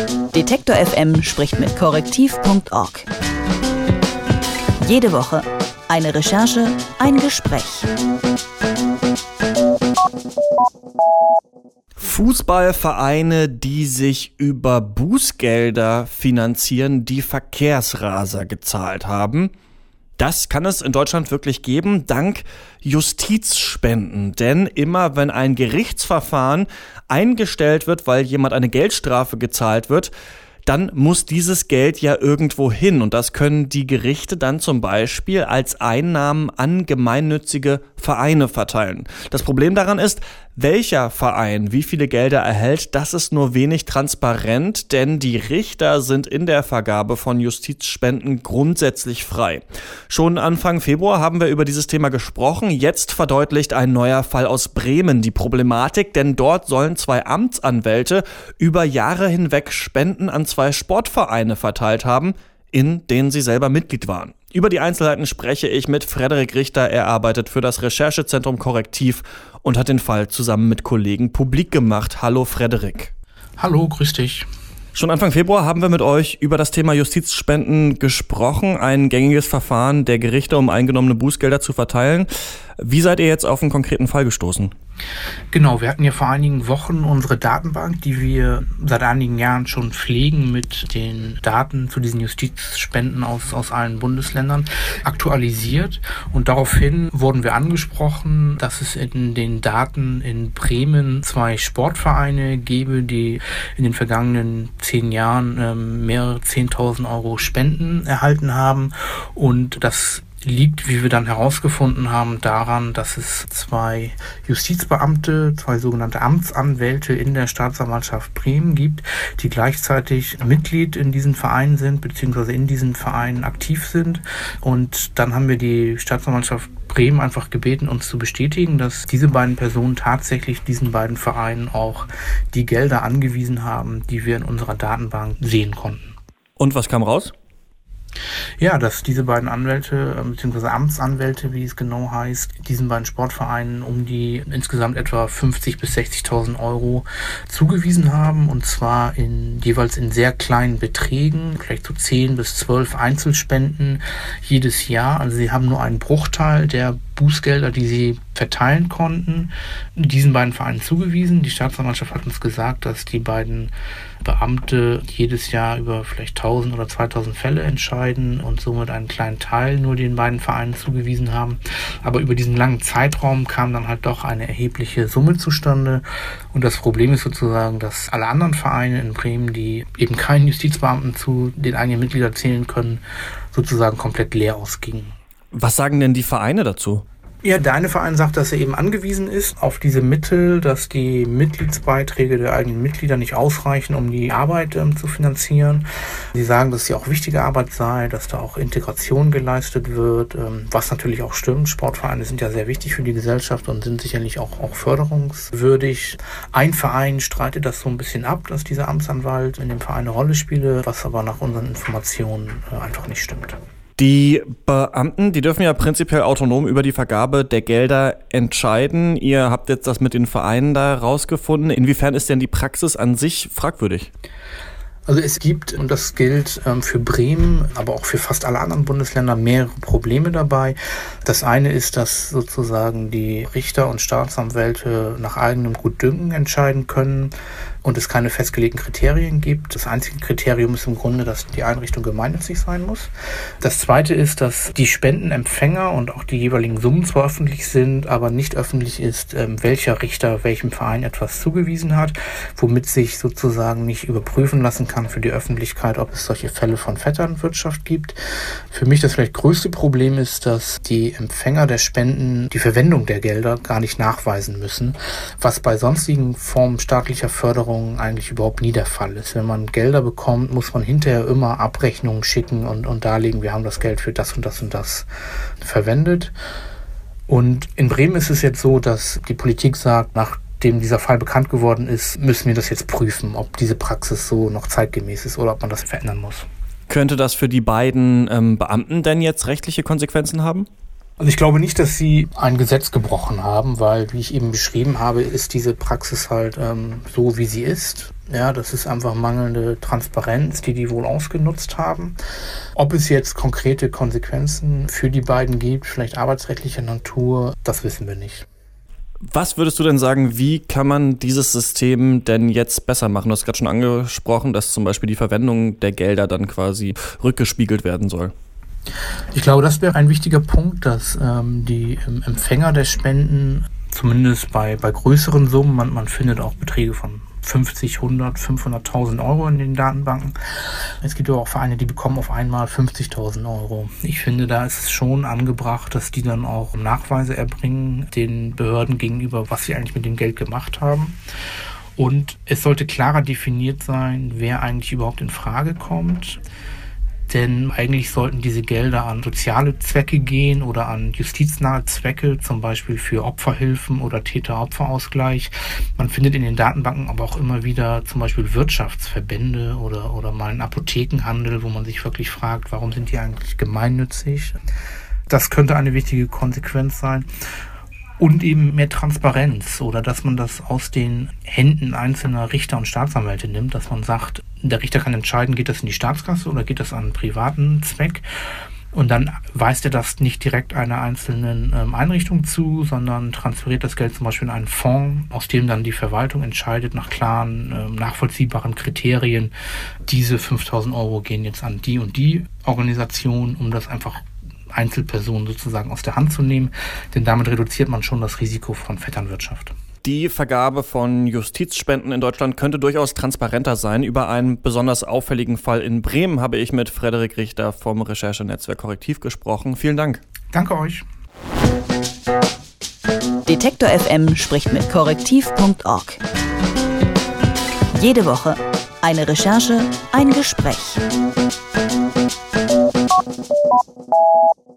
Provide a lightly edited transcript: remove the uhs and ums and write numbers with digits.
Detektor FM spricht mit Korrektiv.org. Jede Woche eine Recherche, ein Gespräch. Fußballvereine, die sich über Bußgelder finanzieren, die Verkehrsraser gezahlt haben. Das kann es in Deutschland wirklich geben, dank Justizspenden. Denn immer wenn ein Gerichtsverfahren eingestellt wird, weil jemand eine Geldstrafe gezahlt wird, dann muss dieses Geld ja irgendwo hin. Und das können die Gerichte dann zum Beispiel als Einnahmen an gemeinnützige Vereine verteilen. Das Problem daran ist, welcher Verein wie viele Gelder erhält, das ist nur wenig transparent, denn die Richter sind in der Vergabe von Justizspenden grundsätzlich frei. Schon Anfang Februar haben wir über dieses Thema gesprochen. Jetzt verdeutlicht ein neuer Fall aus Bremen die Problematik, denn dort sollen 2 Amtsanwälte über Jahre hinweg Spenden an 2 Sportvereine verteilt haben, in denen sie selber Mitglied waren. Über die Einzelheiten spreche ich mit Frederik Richter. Er arbeitet für das Recherchezentrum Korrektiv und hat den Fall zusammen mit Kollegen publik gemacht. Hallo Frederik. Hallo, grüß dich. Schon Anfang Februar haben wir mit euch über das Thema Justizspenden gesprochen, ein gängiges Verfahren der Gerichte, um eingenommene Bußgelder zu verteilen. Wie seid ihr jetzt auf einen konkreten Fall gestoßen? Genau, wir hatten ja vor einigen Wochen unsere Datenbank, die wir seit einigen Jahren schon pflegen mit den Daten zu diesen Justizspenden aus allen Bundesländern, aktualisiert. Und daraufhin wurden wir angesprochen, dass es in den Daten in Bremen 2 Sportvereine gäbe, die in den vergangenen 10 Jahren mehrere 10.000 Euro Spenden erhalten haben. Und das liegt, wie wir dann herausgefunden haben, daran, dass es 2 Justizbeamte, 2 sogenannte Amtsanwälte in der Staatsanwaltschaft Bremen gibt, die gleichzeitig Mitglied in diesen Vereinen sind, beziehungsweise in diesen Vereinen aktiv sind. Und dann haben wir die Staatsanwaltschaft Bremen einfach gebeten, uns zu bestätigen, dass diese beiden Personen tatsächlich diesen beiden Vereinen auch die Gelder angewiesen haben, die wir in unserer Datenbank sehen konnten. Und was kam raus? Ja, dass diese beiden Anwälte, beziehungsweise Amtsanwälte, wie es genau heißt, diesen beiden Sportvereinen um die insgesamt etwa 50.000 bis 60.000 Euro zugewiesen haben, und zwar jeweils in sehr kleinen Beträgen, vielleicht so 10 bis 12 Einzelspenden jedes Jahr. Also sie haben nur einen Bruchteil der Bußgelder, die sie verteilen konnten, diesen beiden Vereinen zugewiesen. Die Staatsanwaltschaft hat uns gesagt, dass die beiden Beamte jedes Jahr über vielleicht 1.000 oder 2.000 Fälle entscheiden und somit einen kleinen Teil nur den beiden Vereinen zugewiesen haben. Aber über diesen langen Zeitraum kam dann halt doch eine erhebliche Summe zustande. Und das Problem ist sozusagen, dass alle anderen Vereine in Bremen, die eben keinen Justizbeamten zu den eigenen Mitgliedern zählen können, sozusagen komplett leer ausgingen. Was sagen denn die Vereine dazu? Ja, der eine Verein sagt, dass er eben angewiesen ist auf diese Mittel, dass die Mitgliedsbeiträge der eigenen Mitglieder nicht ausreichen, um die Arbeit zu finanzieren. Sie sagen, dass es ja auch wichtige Arbeit sei, dass da auch Integration geleistet wird, was natürlich auch stimmt. Sportvereine sind ja sehr wichtig für die Gesellschaft und sind sicherlich auch förderungswürdig. Ein Verein streitet das so ein bisschen ab, dass dieser Amtsanwalt in dem Verein eine Rolle spiele, was aber nach unseren Informationen einfach nicht stimmt. Die Beamten, die dürfen ja prinzipiell autonom über die Vergabe der Gelder entscheiden. Ihr habt jetzt das mit den Vereinen da rausgefunden. Inwiefern ist denn die Praxis an sich fragwürdig? Also es gibt, und das gilt für Bremen, aber auch für fast alle anderen Bundesländer, mehrere Probleme dabei. Das eine ist, dass sozusagen die Richter und Staatsanwälte nach eigenem Gutdünken entscheiden können und es keine festgelegten Kriterien gibt. Das einzige Kriterium ist im Grunde, dass die Einrichtung gemeinnützig sein muss. Das zweite ist, dass die Spendenempfänger und auch die jeweiligen Summen zwar öffentlich sind, aber nicht öffentlich ist, welcher Richter welchem Verein etwas zugewiesen hat, womit sich sozusagen nicht überprüfen lassen kann für die Öffentlichkeit, ob es solche Fälle von Vetternwirtschaft gibt. Für mich das vielleicht größte Problem ist, dass die Empfänger der Spenden die Verwendung der Gelder gar nicht nachweisen müssen, was bei sonstigen Formen staatlicher Förderung eigentlich überhaupt nie der Fall ist. Wenn man Gelder bekommt, muss man hinterher immer Abrechnungen schicken und darlegen, wir haben das Geld für das und das und das verwendet. Und in Bremen ist es jetzt so, dass die Politik sagt, nachdem dieser Fall bekannt geworden ist, müssen wir das jetzt prüfen, ob diese Praxis so noch zeitgemäß ist oder ob man das verändern muss. Könnte das für die beiden Beamten denn jetzt rechtliche Konsequenzen haben? Also ich glaube nicht, dass sie ein Gesetz gebrochen haben, weil, wie ich eben beschrieben habe, ist diese Praxis halt so, wie sie ist. Ja, das ist einfach mangelnde Transparenz, die wohl ausgenutzt haben. Ob es jetzt konkrete Konsequenzen für die beiden gibt, vielleicht arbeitsrechtlicher Natur, das wissen wir nicht. Was würdest du denn sagen, wie kann man dieses System denn jetzt besser machen? Du hast gerade schon angesprochen, dass zum Beispiel die Verwendung der Gelder dann quasi rückgespiegelt werden soll. Ich glaube, das wäre ein wichtiger Punkt, dass die Empfänger der Spenden, zumindest bei größeren Summen, man findet auch Beträge von 50, 100, 500.000 Euro in den Datenbanken. Es gibt aber auch Vereine, die bekommen auf einmal 50.000 Euro. Ich finde, da ist es schon angebracht, dass die dann auch Nachweise erbringen, den Behörden gegenüber, was sie eigentlich mit dem Geld gemacht haben. Und es sollte klarer definiert sein, wer eigentlich überhaupt in Frage kommt. Denn eigentlich sollten diese Gelder an soziale Zwecke gehen oder an justiznahe Zwecke, zum Beispiel für Opferhilfen oder Täter-Opfer-Ausgleich. Man findet in den Datenbanken aber auch immer wieder zum Beispiel Wirtschaftsverbände oder mal einen Apothekenhandel, wo man sich wirklich fragt, warum sind die eigentlich gemeinnützig? Das könnte eine wichtige Konsequenz sein. Und eben mehr Transparenz oder dass man das aus den Händen einzelner Richter und Staatsanwälte nimmt, dass man sagt, der Richter kann entscheiden, geht das in die Staatskasse oder geht das an einen privaten Zweck. Und dann weist er das nicht direkt einer einzelnen Einrichtung zu, sondern transferiert das Geld zum Beispiel in einen Fonds, aus dem dann die Verwaltung entscheidet nach klaren, nachvollziehbaren Kriterien, diese 5.000 Euro gehen jetzt an die und die Organisation, um das einfach Einzelpersonen sozusagen aus der Hand zu nehmen, denn damit reduziert man schon das Risiko von Vetternwirtschaft. Die Vergabe von Justizspenden in Deutschland könnte durchaus transparenter sein. Über einen besonders auffälligen Fall in Bremen habe ich mit Frederik Richter vom Recherchenetzwerk Korrektiv gesprochen. Vielen Dank. Danke euch. Detektor FM spricht mit Korrektiv.org. Jede Woche eine Recherche, ein Gespräch.